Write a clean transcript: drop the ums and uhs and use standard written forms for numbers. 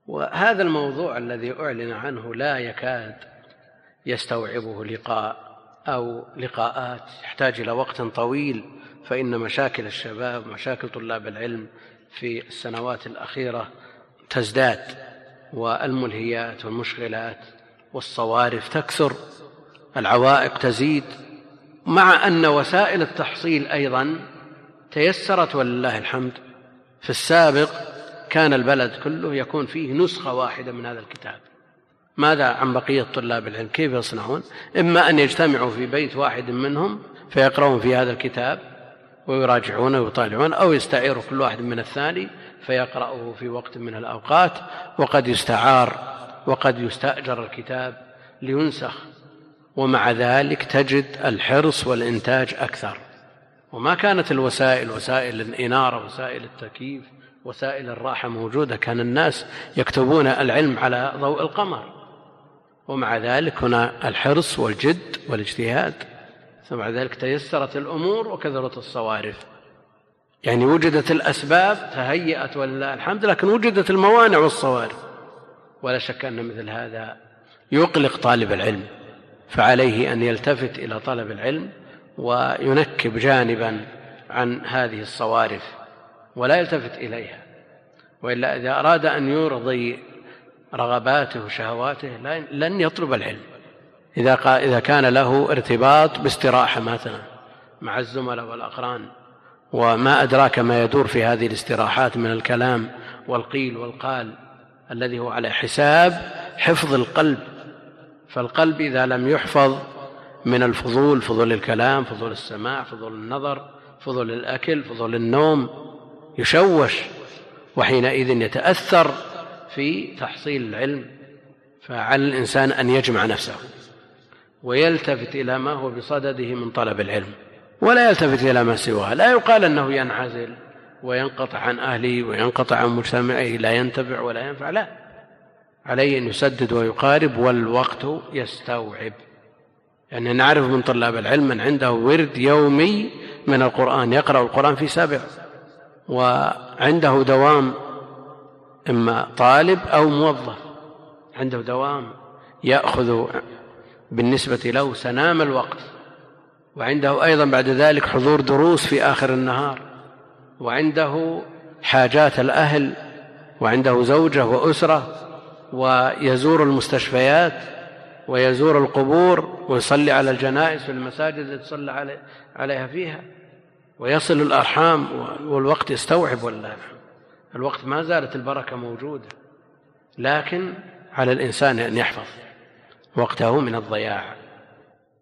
وهذا الموضوع الذي أعلن عنه لا يكاد يستوعبه لقاء أو لقاءات، يحتاج إلى وقت طويل، فإن مشاكل الشباب ومشاكل طلاب العلم في السنوات الأخيرة تزداد، والملهيات والمشغلات والصوارف تكثر، العوائق تزيد، مع أن وسائل التحصيل أيضا تيسرت ولله الحمد. في السابق كان البلد كله يكون فيه نسخة واحدة من هذا الكتاب، ماذا عن بقية طلاب العلم؟ كيف يصنعون؟ إما أن يجتمعوا في بيت واحد منهم فيقرؤون في هذا الكتاب ويراجعون ويطالعون، أو يستعيروا كل واحد من الثاني فيقرأه في وقت من الأوقات، وقد يستعار وقد يستأجر الكتاب لينسخ، ومع ذلك تجد الحرص والإنتاج أكثر. وما كانت الوسائل، وسائل الإنارة، وسائل التكييف، وسائل الراحة موجودة، كان الناس يكتبون العلم على ضوء القمر، ومع ذلك هنا الحرص والجد والاجتهاد، ثم بعد ذلك تيسرت الأمور وكثرت الصوارف. يعني وجدت الأسباب تهيأت ولله الحمد، لكن وجدت الموانع والصوارف، ولا شك أن مثل هذا يقلق طالب العلم، فعليه أن يلتفت إلى طلب العلم وينكب جانبا عن هذه الصوارف ولا يلتفت إليها، وإلا إذا أراد أن يرضي رغباته وشهواته لن يطلب العلم. إذا كان له ارتباط باستراحة مثلا مع الزملاء والأقران، وما أدراك ما يدور في هذه الاستراحات من الكلام والقيل والقال الذي هو على حساب حفظ القلب، فالقلب إذا لم يحفظ من الفضول، فضول الكلام، فضول السماع، فضول النظر، فضول الأكل، فضول النوم، يشوش، وحينئذ يتأثر في تحصيل العلم. فعلى الإنسان أن يجمع نفسه ويلتفت إلى ما هو بصدده من طلب العلم، ولا يلتفت إلى ما سواه. لا يقال أنه ينعزل وينقطع عن أهله وينقطع عن مجتمعه، لا ينتفع ولا ينفع، لا، عليه أن يسدد ويقارب والوقت يستوعب. يعني نعرف من طلاب العلم من عنده ورد يومي من القرآن، يقرأ القرآن في 7، وعنده دوام، إما طالب أو موظف، عنده دوام يأخذ بالنسبة له سنام الوقت، وعنده أيضا بعد ذلك حضور دروس في آخر النهار، وعنده حاجات الأهل، وعنده زوجة وأسرة، ويزور المستشفيات ويزور القبور ويصلي على الجنائز في المساجد التي تصلى عليها فيها، ويصل الأرحام، والوقت يستوعب والله الوقت ما زالت البركة موجودة، لكن على الإنسان أن يحفظ وقته من الضياع.